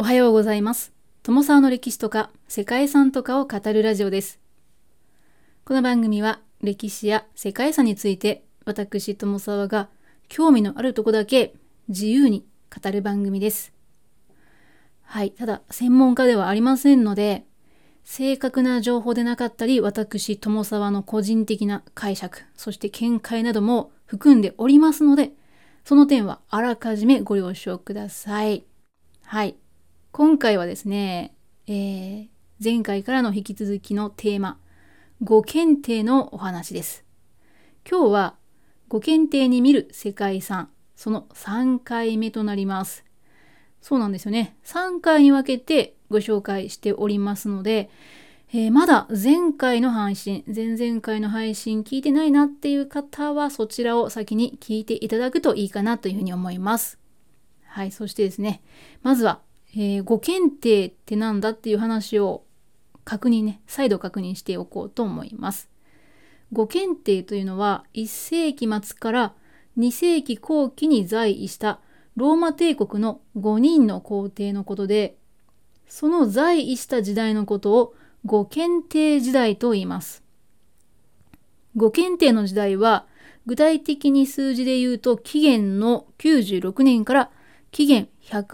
はようございます。友沢の歴史とか世界遺産とかを語るラジオです。この番組は歴史や世界遺産について私友沢が興味のあるとこだけ自由に語る番組です。はい、ただ専門家ではありませんので、正確な情報でなかったり、私友沢の個人的な解釈、そして見解なども含んでおりますので、その点はあらかじめご了承ください。はい。今回はですね、前回からの引き続きのテーマ、ご検定のお話です。今日はご検定に見る世界遺産、その3回目となります。そうなんですよね。3回に分けてご紹介しておりますので、まだ前回の配信、前々回の配信聞いてないなっていう方はそちらを先に聞いていただくといいかなというふうに思います。はい、そしてですね、まずはご検定ってなんだっていう話を再度確認しておこうと思います。ご検定というのは1世紀末から2世紀後期に在位したローマ帝国の5人の皇帝のことで、その在位した時代のことをご検定時代と言います。ご検定の時代は具体的に数字で言うと紀元の96年から紀元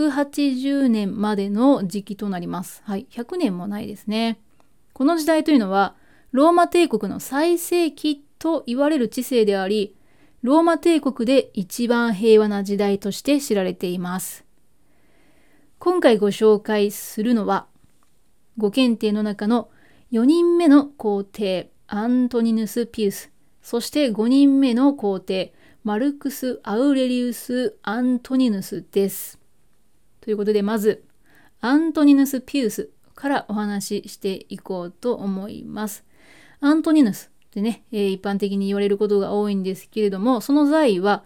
180年までの時期となります。はい、100年もないですね。この時代というのはローマ帝国の最盛期と言われる治世であり、ローマ帝国で一番平和な時代として知られています。今回ご紹介するのは、ご検定の中の4人目の皇帝アントニヌス・ピウス、そして5人目の皇帝マルクス・アウレリウス・アントニヌスです。ということで、まずアントニヌス・ピウスからお話ししていこうと思います。アントニヌスってね、一般的に言われることが多いんですけれども、その在位は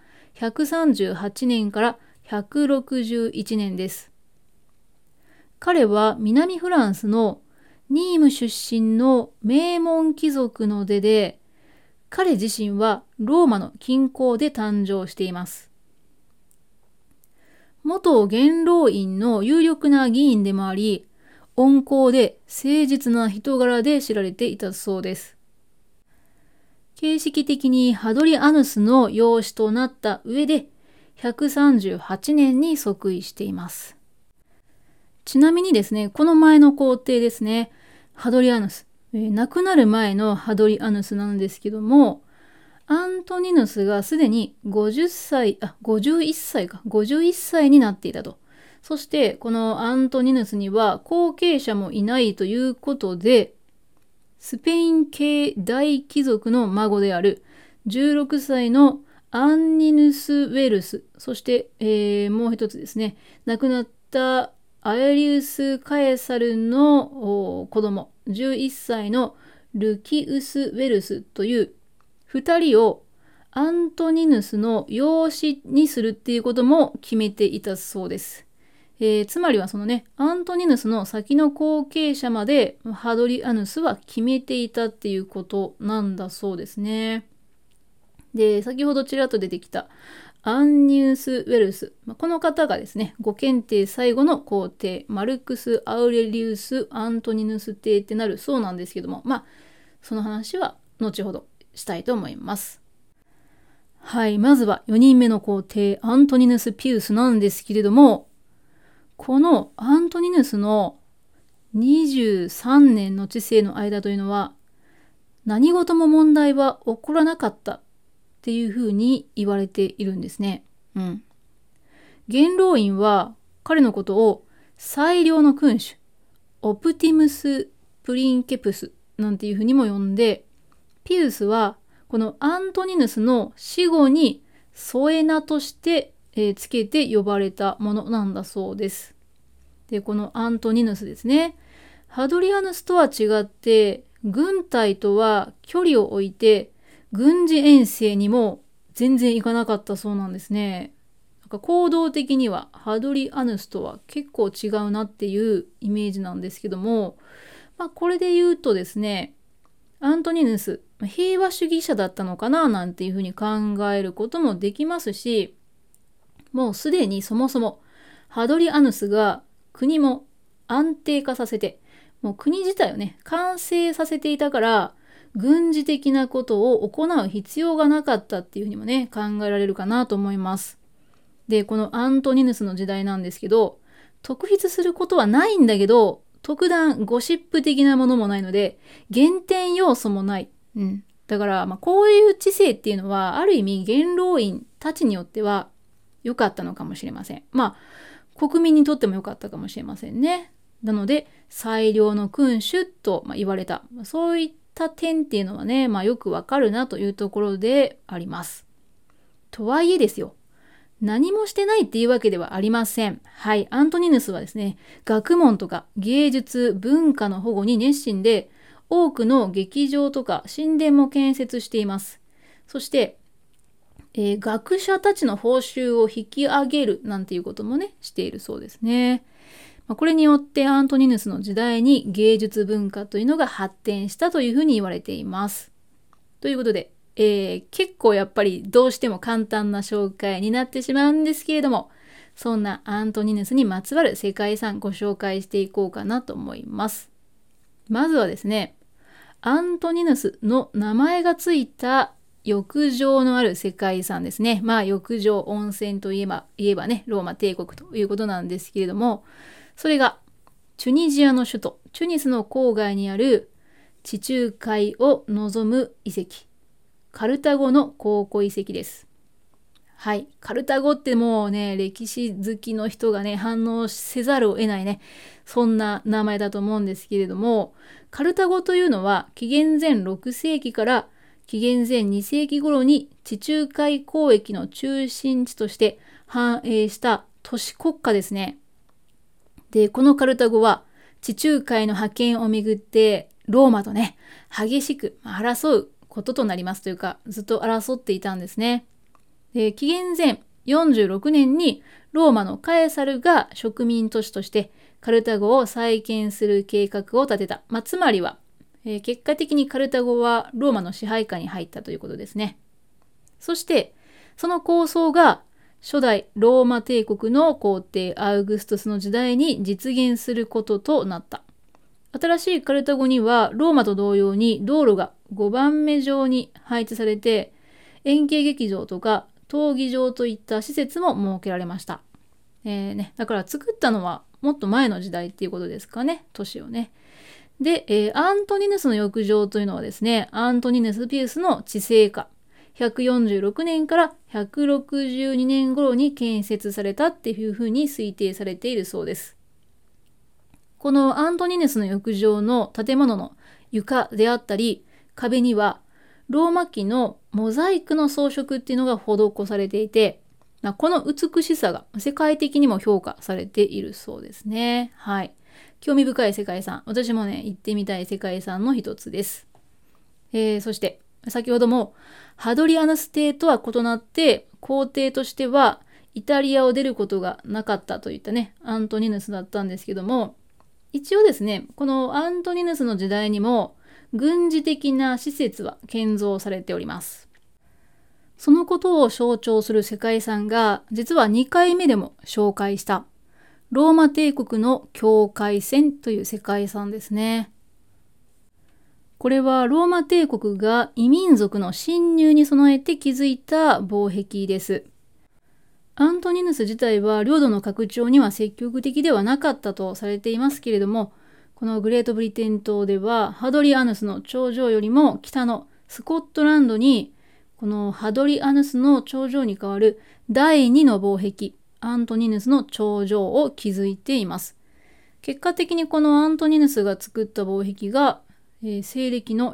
138年から161年です。彼は南フランスのニーム出身の名門貴族の出で、彼自身はローマの近郊で誕生しています。元元老院の有力な議員でもあり、温厚で誠実な人柄で知られていたそうです。形式的にハドリアヌスの養子となった上で138年に即位しています。ちなみにですね、この前の皇帝ですね、ハドリアヌス、亡くなる前のハドリアヌスなんですけども、アントニヌスがすでに51歳になっていたと。そしてこのアントニヌスには後継者もいないということで、スペイン系大貴族の孫である16歳のアンニヌス・ウェルス、そして、もう一つですね、亡くなったアエリウス・カエサルの子供11歳のルキウス・ウェルスという2人をアントニヌスの養子にするっていうことも決めていたそうです。つまりはそのね、アントニヌスの先の後継者までハドリアヌスは決めていたっていうことなんだそうですね。で、先ほどちらっと出てきたアンニウス・ウェルス、この方がですね、ご検定最後の皇帝マルクス・アウレリウス・アントニヌス帝ってなるそうなんですけども、その話は後ほどしたいと思います。はい、まずは4人目の皇帝アントニヌス・ピウスなんですけれども、このアントニヌスの23年の治世の間というのは、何事も問題は起こらなかったっていうふうに言われているんですね。元老院は彼のことを最良の君主、オプティムス・プリンケプスなんていうふうにも呼んで、ピウスはこのアントニヌスの死後に添え名としてつけて呼ばれたものなんだそうです。で、このアントニヌスですね。ハドリアヌスとは違って、軍隊とは距離を置いて、軍事遠征にも全然行かなかったそうなんですね。行動的にはハドリアヌスとは結構違うなっていうイメージなんですけども、これで言うとですね、アントニヌス、平和主義者だったのかななんていうふうに考えることもできますし、もうすでにそもそもハドリアヌスが国も安定化させて、もう国自体をね、完成させていたから、軍事的なことを行う必要がなかったっていうふうにもね、考えられるかなと思います。で、このアントニヌスの時代なんですけど、特筆することはないんだけど、特段ゴシップ的なものもないので、減点要素もない。だから、こういう知性っていうのは、ある意味元老院たちによっては良かったのかもしれません。国民にとっても良かったかもしれませんね。なので、最良の君主と言われた。そういった点っていうのはね、よくわかるなというところであります。とはいえですよ。何もしてないっていうわけではありません。はい、アントニヌスはですね、学問とか芸術、文化の保護に熱心で、多くの劇場とか神殿も建設しています。そして、学者たちの報酬を引き上げるなんていうこともね、しているそうですね。これによってアントニヌスの時代に芸術文化というのが発展したというふうに言われています。ということで、結構やっぱりどうしても簡単な紹介になってしまうんですけれども、そんなアントニヌスにまつわる世界遺産ご紹介していこうかなと思います。まずはですね、アントニヌスの名前がついた浴場のある世界遺産ですね。浴場、温泉といえばね、ローマ帝国ということなんですけれども、それがチュニジアの首都、チュニスの郊外にある地中海を望む遺跡、カルタゴの考古遺跡です。はい。カルタゴってもうね、歴史好きの人がね、反応せざるを得ないね、そんな名前だと思うんですけれども、カルタゴというのは紀元前6世紀から紀元前2世紀頃に地中海交易の中心地として繁栄した都市国家ですね。で、このカルタゴは地中海の覇権をめぐってローマとね、激しく争うこととなりますというか、ずっと争っていたんですね。で、紀元前46年にローマのカエサルが植民都市としてカルタゴを再建する計画を立てた。つまりは、結果的にカルタゴはローマの支配下に入ったということですね。そして、その構想が初代ローマ帝国の皇帝アウグストゥスの時代に実現することとなった。新しいカルタゴにはローマと同様に道路が5番目上に配置されて、円形劇場とか闘技場といった施設も設けられました。だから作ったのはもっと前の時代っていうことですかね、都市をね。で、アントニヌスの浴場というのはですね、アントニヌス・ピウスの治世下、146年から162年頃に建設されたっていうふうに推定されているそうです。このアントニヌスの浴場の建物の床であったり、壁にはローマ期のモザイクの装飾っていうのが施されていて、この美しさが世界的にも評価されているそうですね。はい。興味深い世界遺産。私もね、行ってみたい世界遺産の一つです。そして、先ほどもハドリアヌス帝とは異なって、皇帝としてはイタリアを出ることがなかったといったね、アントニヌスだったんですけども、一応ですね、このアントニヌスの時代にも軍事的な施設は建造されております。そのことを象徴する世界遺産が、実は2回目でも紹介したローマ帝国の境界線という世界遺産ですね。これはローマ帝国が異民族の侵入に備えて築いた防壁です。アントニヌス自体は領土の拡張には積極的ではなかったとされていますけれども、このグレートブリテン島ではハドリアヌスの頂上よりも北のスコットランドに、このハドリアヌスの頂上に代わる第2の防壁、アントニヌスの頂上を築いています。結果的にこのアントニヌスが作った防壁が、西暦の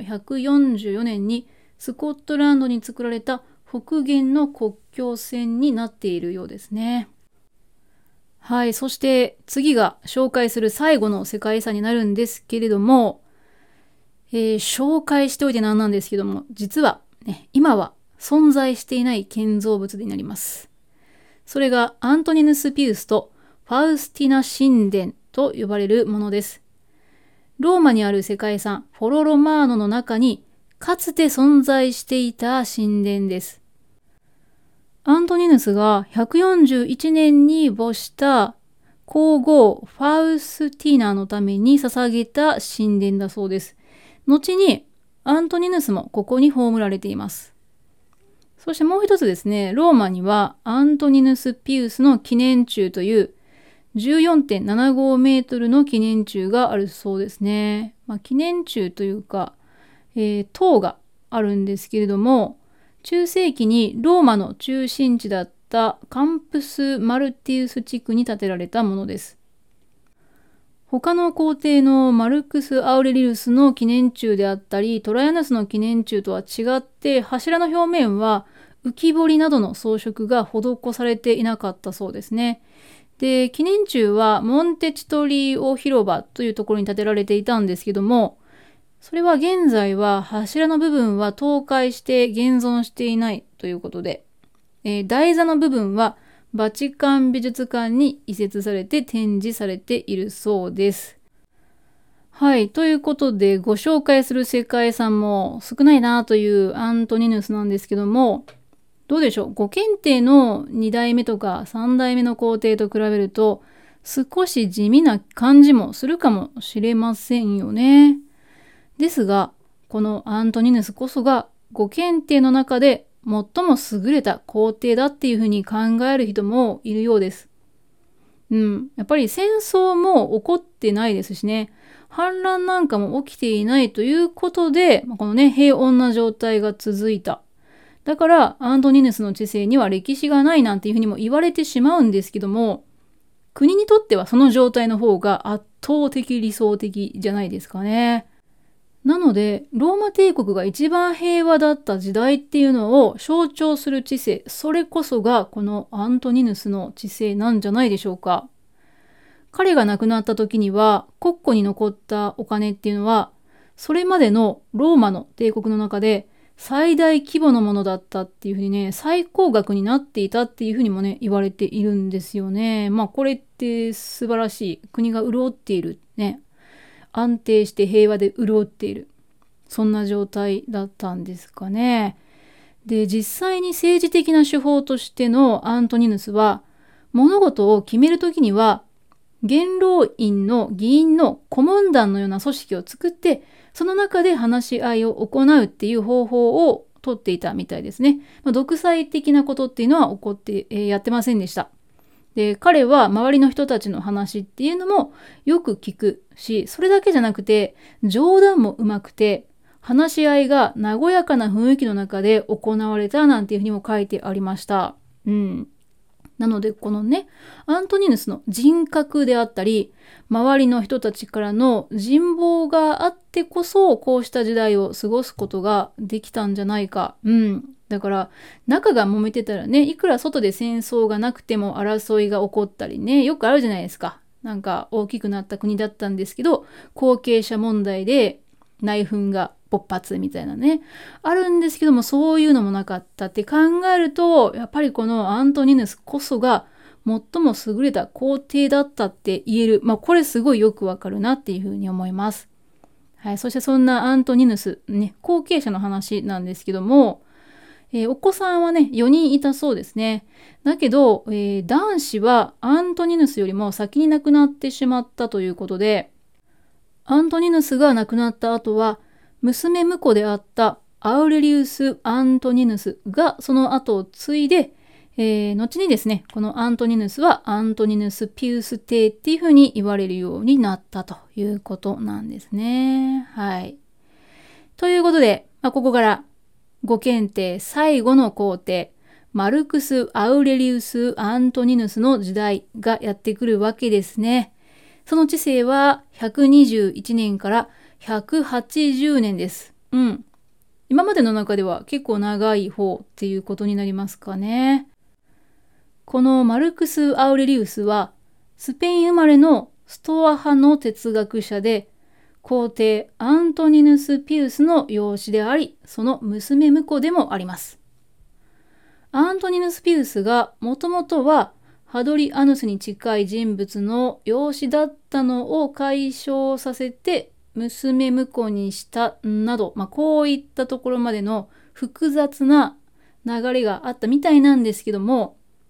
144年にスコットランドに作られた北限の国境線になっているようですね。はい、そして次が紹介する最後の世界遺産になるんですけれども、紹介しておいてなんですけども、実は、ね、今は存在していない建造物になります。それがアントニヌス・ピウスとファウスティナ神殿と呼ばれるものです。ローマにある世界遺産フォロロマーノの中にかつて存在していた神殿です。アントニヌスが141年に没した皇后ファウスティーナのために捧げた神殿だそうです。後にアントニヌスもここに葬られています。そしてもう一つですね、ローマにはアントニヌス・ピウスの記念柱という 14.75 メートルの記念柱があるそうですね。記念柱というか、塔があるんですけれども、中世紀にローマの中心地だったカンプス・マルティウス地区に建てられたものです。他の皇帝のマルクス・アウレリウスの記念柱であったり、トライアナスの記念柱とは違って、柱の表面は浮き彫りなどの装飾が施されていなかったそうですね。で、記念柱はモンテチトリオ広場というところに建てられていたんですけども、それは現在は柱の部分は倒壊して現存していないということで、台座の部分はバチカン美術館に移設されて展示されているそうです。はい。ということで、ご紹介する世界遺産も少ないなというアントニヌスなんですけども、どうでしょう。ご検定の2代目とか3代目の皇帝と比べると、少し地味な感じもするかもしれませんよね。ですが、このアントニヌスこそがご検定の中で最も優れた皇帝だっていうふうに考える人もいるようです。やっぱり戦争も起こってないですしね、反乱なんかも起きていないということで、このね、平穏な状態が続いた。だから、アントニヌスの治世には歴史がないなんていうふうにも言われてしまうんですけども、国にとってはその状態の方が圧倒的理想的じゃないですかね。なので、ローマ帝国が一番平和だった時代っていうのを象徴する治世、それこそがこのアントニヌスの治世なんじゃないでしょうか。彼が亡くなった時には、国庫に残ったお金っていうのは、それまでのローマの帝国の中で最大規模のものだったっていうふうにね、最高額になっていたっていうふうにもね、言われているんですよね。これって素晴らしい。国が潤っているね。安定して平和で潤っている。そんな状態だったんですかね。で、実際に政治的な手法としてのアントニヌスは、物事を決めるときには、元老院の議員の顧問団のような組織を作って、その中で話し合いを行うっていう方法をとっていたみたいですね。独裁的なことっていうのは起こって、やってませんでした。で、彼は周りの人たちの話っていうのもよく聞くし、それだけじゃなくて、冗談もうまくて、話し合いが和やかな雰囲気の中で行われたなんていうふうにも書いてありました。なので、このね、アントニヌスの人格であったり、周りの人たちからの人望があってこそ、こうした時代を過ごすことができたんじゃないか。だから、仲が揉めてたらね、いくら外で戦争がなくても争いが起こったりね、よくあるじゃないですか。なんか大きくなった国だったんですけど、後継者問題で内紛が勃発みたいなね、あるんですけども、そういうのもなかったって考えると、やっぱりこのアントニヌスこそが最も優れた皇帝だったって言える。これすごいよくわかるなっていうふうに思います。はい。そしてそんなアントニヌス、ね、後継者の話なんですけども、お子さんはね、4人いたそうですね。だけど、男子はアントニヌスよりも先に亡くなってしまったということで、アントニヌスが亡くなった後は、娘婿であったアウレリウス・アントニヌスがその後を継いで、後にですね、このアントニヌスはアントニヌス・ピウス帝っていうふうに言われるようになったということなんですね。はい。ということで、ここからご検定最後の皇帝、マルクス・アウレリウス・アントニヌスの時代がやってくるわけですね。その治世は121年から180年です。今までの中では結構長い方っていうことになりますかね。このマルクス・アウレリウスはスペイン生まれのストア派の哲学者で、皇帝アントニヌス・ピウスの養子であり、その娘婿でもあります。アントニヌス・ピウスがもともとはハドリアヌスに近い人物の養子だったのを解消させて娘婿にしたなど、こういったところまでの複雑な流れがあったみたいなんですけども、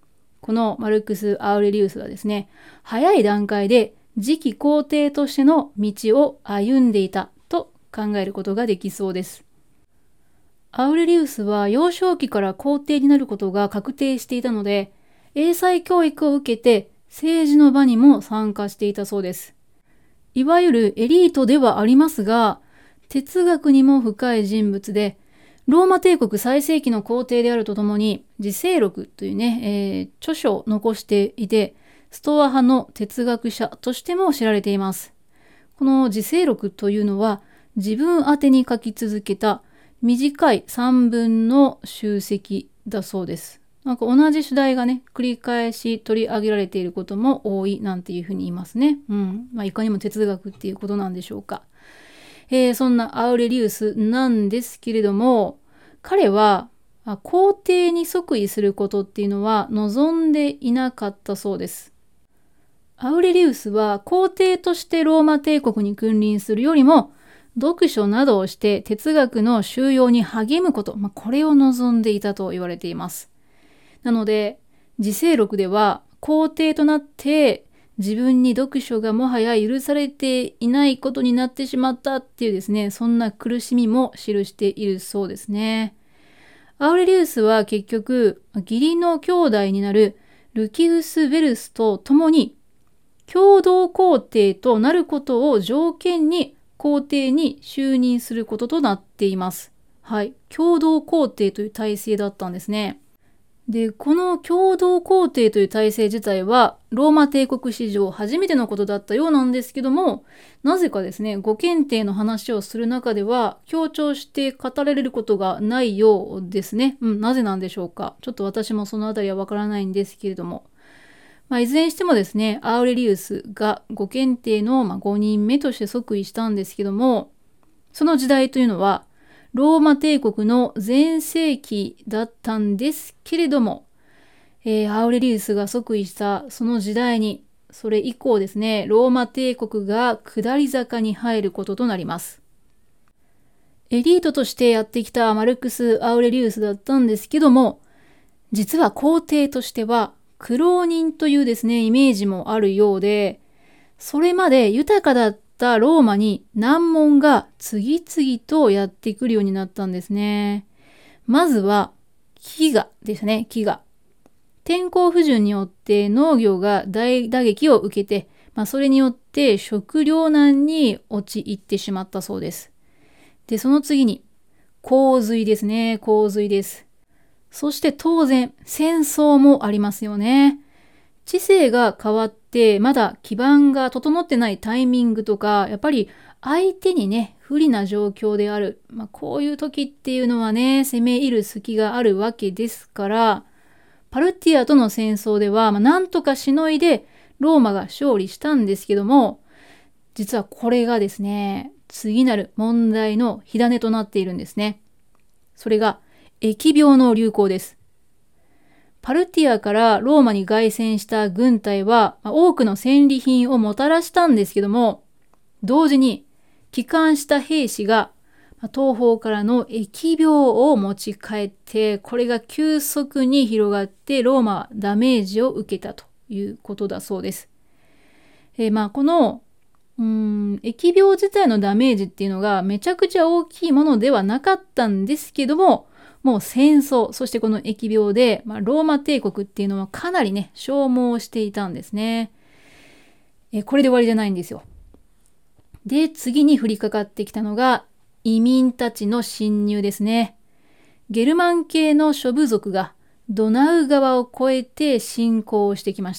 このマルクス・アウレリウスがですね、早い段階で次期皇帝としての道を歩んでいたと考えることができそうです。アウレリウスは幼少期から皇帝になることが確定していたので、英才教育を受けて政治の場にも参加していたそうです。いわゆるエリートではありますが、哲学にも深い人物で、ローマ帝国最盛期の皇帝であるとともに、自省録というね、著書を残していて、ストア派の哲学者としても知られています。この自省録というのは、自分宛てに書き続けた短い散文の集積だそうです。なんか同じ主題がね、繰り返し取り上げられていることも多いなんていうふうに言いますね。いかにも哲学っていうことなんでしょうか。そんなアウレリウスなんですけれども、彼は皇帝に即位することっていうのは望んでいなかったそうです。アウレリウスは皇帝としてローマ帝国に君臨するよりも、読書などをして哲学の修養に励むこと、これを望んでいたと言われています。なので、自省録では皇帝となって自分に読書がもはや許されていないことになってしまったっていうですね、そんな苦しみも記しているそうですね。アウレリウスは結局、義理の兄弟になるルキウス・ベルスと共に共同皇帝となることを条件に皇帝に就任することとなっています。はい。共同皇帝という体制だったんですね。で、この共同皇帝という体制自体はローマ帝国史上初めてのことだったようなんですけども、なぜかですね、ご検定の話をする中では強調して語られることがないようですね。なぜなんでしょうか。ちょっと私もそのあたりはわからないんですけれども。いずれにしてもですね、アウレリウスがご検定の5人目として即位したんですけども、その時代というのは、ローマ帝国の全盛期だったんですけれども、アウレリウスが即位したその時代に、それ以降ですね、ローマ帝国が下り坂に入ることとなります。エリートとしてやってきたマルクス・アウレリウスだったんですけども、実は皇帝としては苦労人というですね、イメージもあるようで、それまで豊かだったローマに難問が次々とやってくるようになったんですね。まずは、飢餓ですね、飢餓。天候不順によって農業が大打撃を受けて、それによって食糧難に陥ってしまったそうです。で、その次に、洪水ですね、洪水です。そして当然、戦争もありますよね。知性が変わって、まだ基盤が整ってないタイミングとか、やっぱり相手にね、不利な状況である。こういう時っていうのはね、攻め入る隙があるわけですから、パルティアとの戦争では、なんとかしのいでローマが勝利したんですけども、実はこれがですね、次なる問題の火種となっているんですね。それが、疫病の流行です。パルティアからローマに凱旋した軍隊は、多くの戦利品をもたらしたんですけども、同時に帰還した兵士が東方からの疫病を持ち帰って、これが急速に広がってローマはダメージを受けたということだそうです。この疫病自体のダメージっていうのがめちゃくちゃ大きいものではなかったんですけども、もう戦争、そしてこの疫病で、ローマ帝国っていうのはかなりね、消耗していたんですね。これで終わりじゃないんですよ。で、次に降りかかってきたのが移民たちの侵入ですね。ゲルマン系の諸部族がドナウ川を越えて侵攻してきました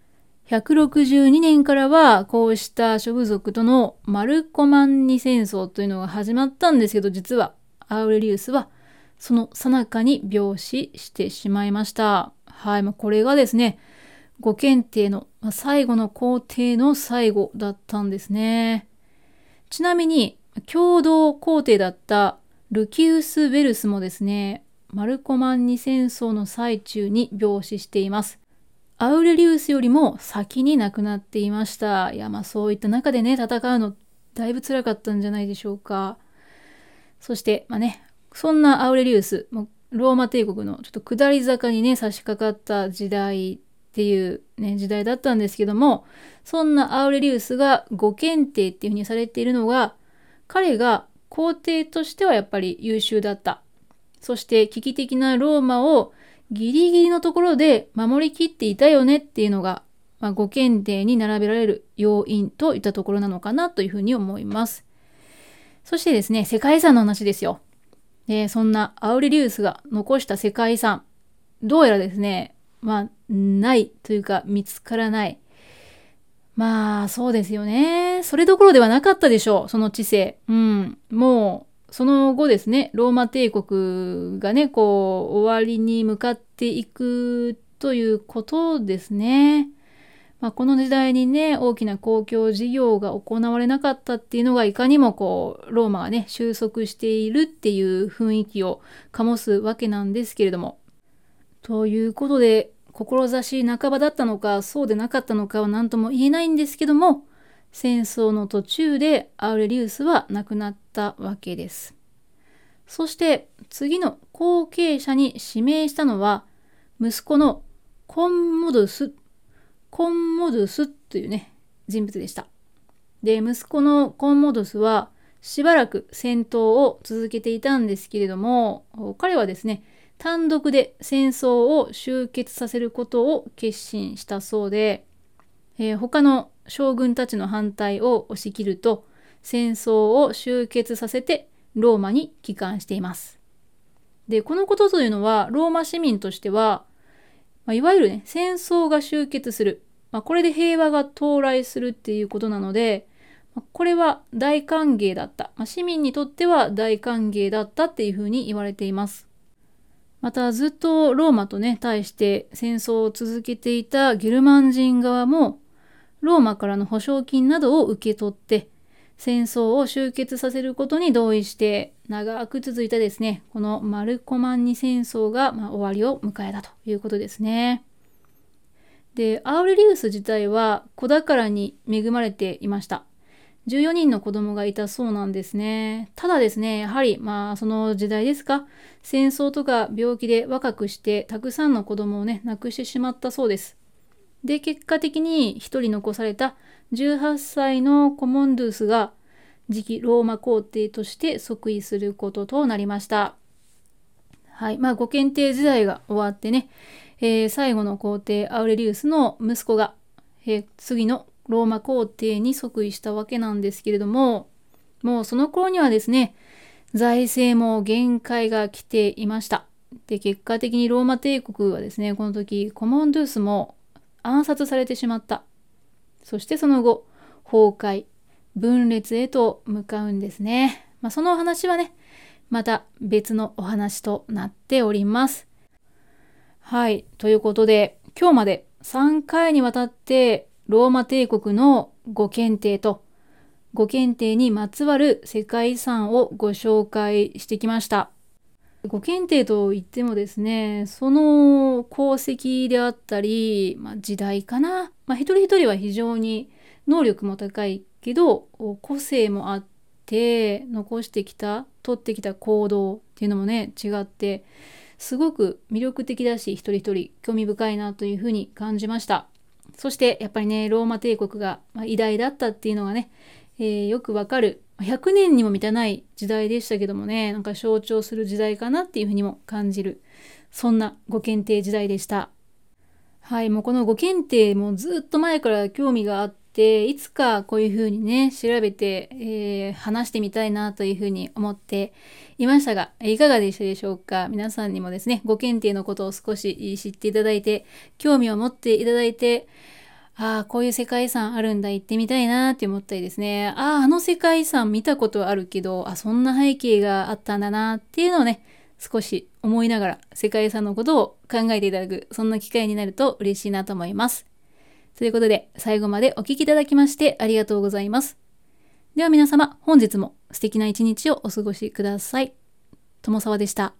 。162年からはこうした諸部族とのマルコマンニ戦争というのが始まったんですけど、実はアウレリウスはその最中に病死してしまいました。はい、これがですね、ご検定の最後の皇帝の最後だったんですね。ちなみに共同皇帝だったルキウス・ベルスもですね、マルコマンニ戦争の最中に病死しています。アウレリウスよりも先に亡くなっていました。いや、そういった中でね、戦うのだいぶ辛かったんじゃないでしょうか。そしてそんなアウレリウス、ローマ帝国のちょっと下り坂にね、差し掛かった時代っていうね、時代だったんですけども、そんなアウレリウスがご検定っていうふうにされているのが、彼が皇帝としてはやっぱり優秀だった。そして危機的なローマをギリギリのところで守りきっていたよねっていうのが、ご検定に並べられる要因といったところなのかなというふうに思います。そしてですね、世界遺産の話ですよ。そんなアウレリウスが残した世界遺産、どうやらですね、ないというか見つからない。そうですよね。それどころではなかったでしょう、その知性。もう、その後ですね、ローマ帝国がね、終わりに向かっていくということですね。この時代にね、大きな公共事業が行われなかったっていうのが、いかにもローマがね、収束しているっていう雰囲気を醸すわけなんですけれども。ということで、志半ばだったのか、そうでなかったのかは何とも言えないんですけども、戦争の途中でアウレリウスは亡くなったわけです。そして次の後継者に指名したのは、息子のコンモドゥスというね、人物でした。で、息子のコンモドゥスはしばらく戦闘を続けていたんですけれども、彼はですね、単独で戦争を終結させることを決心したそうで、他の将軍たちの反対を押し切ると、戦争を終結させてローマに帰還しています。で、このことというのは、ローマ市民としては、いわゆるね、戦争が終結する。これで平和が到来するっていうことなので、これは大歓迎だった。市民にとっては大歓迎だったっていうふうに言われています。またずっとローマとね、対して戦争を続けていたゲルマン人側も、ローマからの保証金などを受け取って、戦争を終結させることに同意して、長く続いたですね、このマルコマンニ戦争が終わりを迎えたということですね。で、アウレリウス自体は子宝に恵まれていました。14人の子供がいたそうなんですね。ただですね、やはりその時代ですか、戦争とか病気で若くしてたくさんの子供をね、亡くしてしまったそうです。で、結果的に一人残された18歳のコモンドゥースが次期ローマ皇帝として即位することとなりました。はい。ご検定時代が終わってね、最後の皇帝アウレリウスの息子が、次のローマ皇帝に即位したわけなんですけれども、もうその頃にはですね、財政も限界が来ていました。で、結果的にローマ帝国はですね、この時コモンドゥースも暗殺されてしまった。そしてその後、崩壊、分裂へと向かうんですね。そのお話はね、また別のお話となっております。はい。ということで、今日まで3回にわたってローマ帝国のご検定とご検定にまつわる世界遺産をご紹介してきました。ご検定といってもですね、その功績であったり、時代かな。一人一人は非常に能力も高いけど、個性もあって、残してきた、取ってきた行動っていうのもね、違って、すごく魅力的だし、一人一人興味深いなというふうに感じました。そしてやっぱりね、ローマ帝国が偉大だったっていうのがね、よくわかる。100年にも満たない時代でしたけどもね、なんか象徴する時代かなっていうふうにも感じる。そんなご検定時代でした。はい、もうこのご検定もずっと前から興味があって、いつかこういうふうにね、調べて、話してみたいなというふうに思っていましたが、いかがでしたでしょうか。皆さんにもですね、ご検定のことを少し知っていただいて、興味を持っていただいて、こういう世界遺産あるんだ、行ってみたいなって思ったりですね。あの世界遺産見たことあるけど、そんな背景があったんだなっていうのをね、少し思いながら世界遺産のことを考えていただく、そんな機会になると嬉しいなと思います。ということで、最後までお聞きいただきましてありがとうございます。では皆様、本日も素敵な一日をお過ごしください。友沢でした。